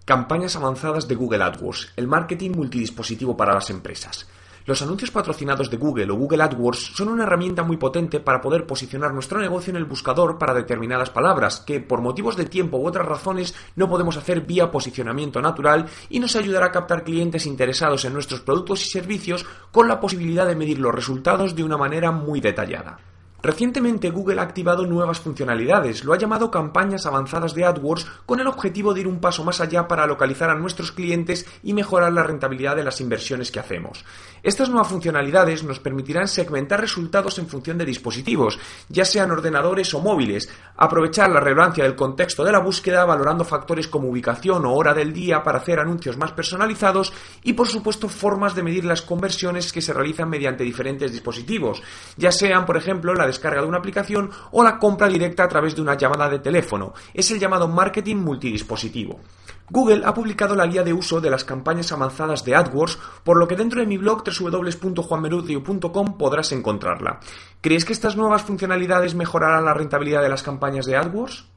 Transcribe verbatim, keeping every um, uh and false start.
Campañas avanzadas de Google AdWords, el marketing multidispositivo para las empresas. Los anuncios patrocinados de Google o Google AdWords son una herramienta muy potente para poder posicionar nuestro negocio en el buscador para determinadas palabras que, por motivos de tiempo u otras razones, no podemos hacer vía posicionamiento natural y nos ayudará a captar clientes interesados en nuestros productos y servicios con la posibilidad de medir los resultados de una manera muy detallada. Recientemente Google ha activado nuevas funcionalidades, lo ha llamado campañas avanzadas de AdWords con el objetivo de ir un paso más allá para localizar a nuestros clientes y mejorar la rentabilidad de las inversiones que hacemos. Estas nuevas funcionalidades nos permitirán segmentar resultados en función de dispositivos, ya sean ordenadores o móviles, aprovechar la relevancia del contexto de la búsqueda valorando factores como ubicación o hora del día para hacer anuncios más personalizados y por supuesto formas de medir las conversiones que se realizan mediante diferentes dispositivos, ya sean por ejemplo la descarga de una aplicación o la compra directa a través de una llamada de teléfono. Es el llamado marketing multidispositivo. Google ha publicado la guía de uso de las campañas avanzadas de AdWords, por lo que dentro de mi blog doble u doble u doble u punto juan meludio punto com podrás encontrarla. ¿Crees que estas nuevas funcionalidades mejorarán la rentabilidad de las campañas de AdWords?